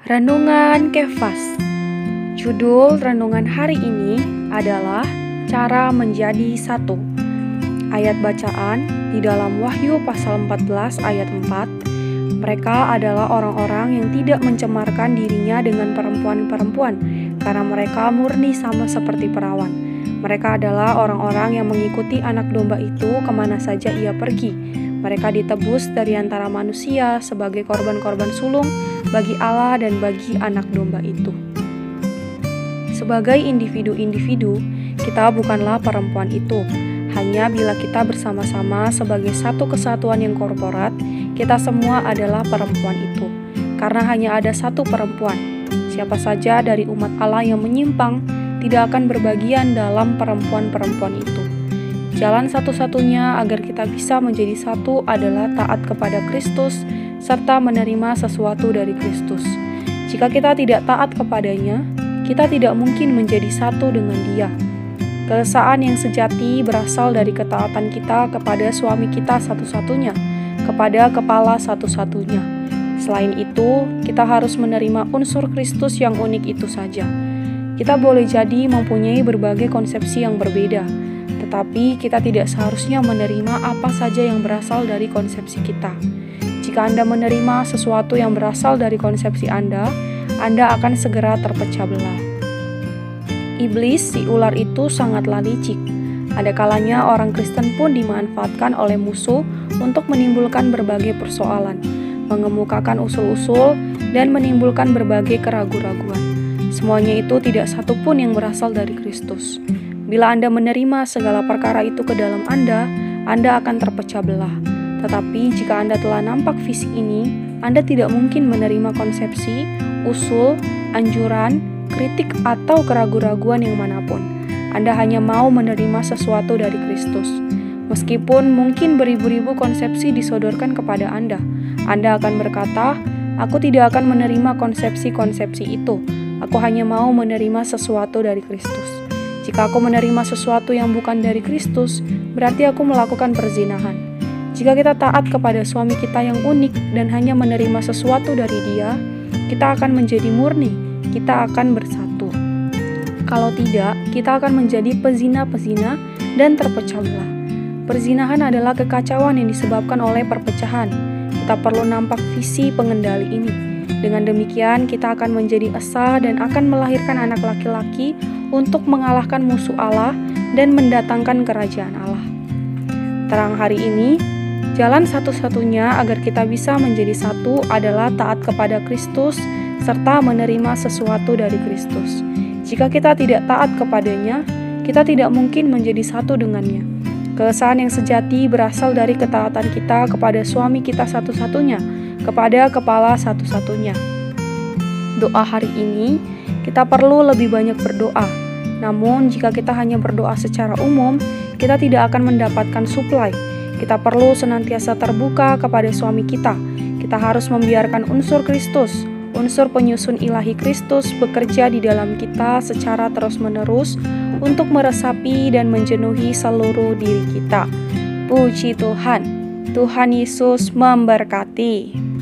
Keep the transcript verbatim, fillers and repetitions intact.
Renungan Kefas. Judul renungan hari ini adalah Cara Menjadi Satu. Ayat bacaan di dalam Wahyu pasal empat belas ayat empat. Mereka adalah orang-orang yang tidak mencemarkan dirinya dengan perempuan-perempuan, karena mereka murni sama seperti perawan. Mereka adalah orang-orang yang mengikuti anak domba itu kemana saja ia pergi. Mereka ditebus dari antara manusia sebagai korban-korban sulung bagi Allah dan bagi anak domba itu. Sebagai individu-individu, kita bukanlah perempuan itu. Hanya bila kita bersama-sama sebagai satu kesatuan yang korporat, kita semua adalah perempuan itu. Karena hanya ada satu perempuan. Siapa saja dari umat Allah yang menyimpang tidak akan berbagian dalam perempuan-perempuan itu. Jalan satu-satunya agar kita bisa menjadi satu adalah taat kepada Kristus serta menerima sesuatu dari Kristus. Jika kita tidak taat kepadanya, kita tidak mungkin menjadi satu dengan Dia. Keesaan yang sejati berasal dari ketaatan kita kepada suami kita satu-satunya, kepada kepala satu-satunya. Selain itu, kita harus menerima unsur Kristus yang unik itu saja. Kita boleh jadi mempunyai berbagai konsepsi yang berbeda, tetapi kita tidak seharusnya menerima apa saja yang berasal dari konsepsi kita. Jika Anda menerima sesuatu yang berasal dari konsepsi Anda, Anda akan segera terpecah belah. Iblis, si ular itu sangatlah licik. Ada kalanya orang Kristen pun dimanfaatkan oleh musuh untuk menimbulkan berbagai persoalan, mengemukakan usul-usul, dan menimbulkan berbagai keraguan-raguan. Semuanya itu tidak satu pun yang berasal dari Kristus. Bila Anda menerima segala perkara itu ke dalam Anda, Anda akan terpecah belah. Tetapi jika Anda telah nampak visi ini, Anda tidak mungkin menerima konsepsi, usul, anjuran, kritik, atau keraguan-raguan yang manapun. Anda hanya mau menerima sesuatu dari Kristus. Meskipun mungkin beribu-ribu konsepsi disodorkan kepada Anda, Anda akan berkata, "Aku tidak akan menerima konsepsi-konsepsi itu. Aku hanya mau menerima sesuatu dari Kristus." Jika aku menerima sesuatu yang bukan dari Kristus, berarti aku melakukan perzinahan. Jika kita taat kepada suami kita yang unik dan hanya menerima sesuatu dari Dia, kita akan menjadi murni, kita akan bersatu. Kalau tidak, kita akan menjadi pezina-pezina dan terpecah belah. Perzinahan adalah kekacauan yang disebabkan oleh perpecahan. Kita perlu nampak visi pengendali ini. Dengan demikian, kita akan menjadi esa dan akan melahirkan anak laki-laki untuk mengalahkan musuh Allah dan mendatangkan kerajaan Allah. Terang hari ini, jalan satu-satunya agar kita bisa menjadi satu adalah taat kepada Kristus serta menerima sesuatu dari Kristus. Jika kita tidak taat kepadanya, kita tidak mungkin menjadi satu dengannya. Keesaan yang sejati berasal dari ketaatan kita kepada suami kita satu-satunya, kepada kepala satu-satunya. Doa hari ini, kita perlu lebih banyak berdoa. Namun, jika kita hanya berdoa secara umum, kita tidak akan mendapatkan suplai. Kita perlu senantiasa terbuka kepada suami kita. Kita harus membiarkan unsur Kristus, unsur penyusun ilahi Kristus bekerja di dalam kita secara terus-menerus untuk meresapi dan menjenuhi seluruh diri kita. Puji Tuhan. Tuhan Yesus memberkati.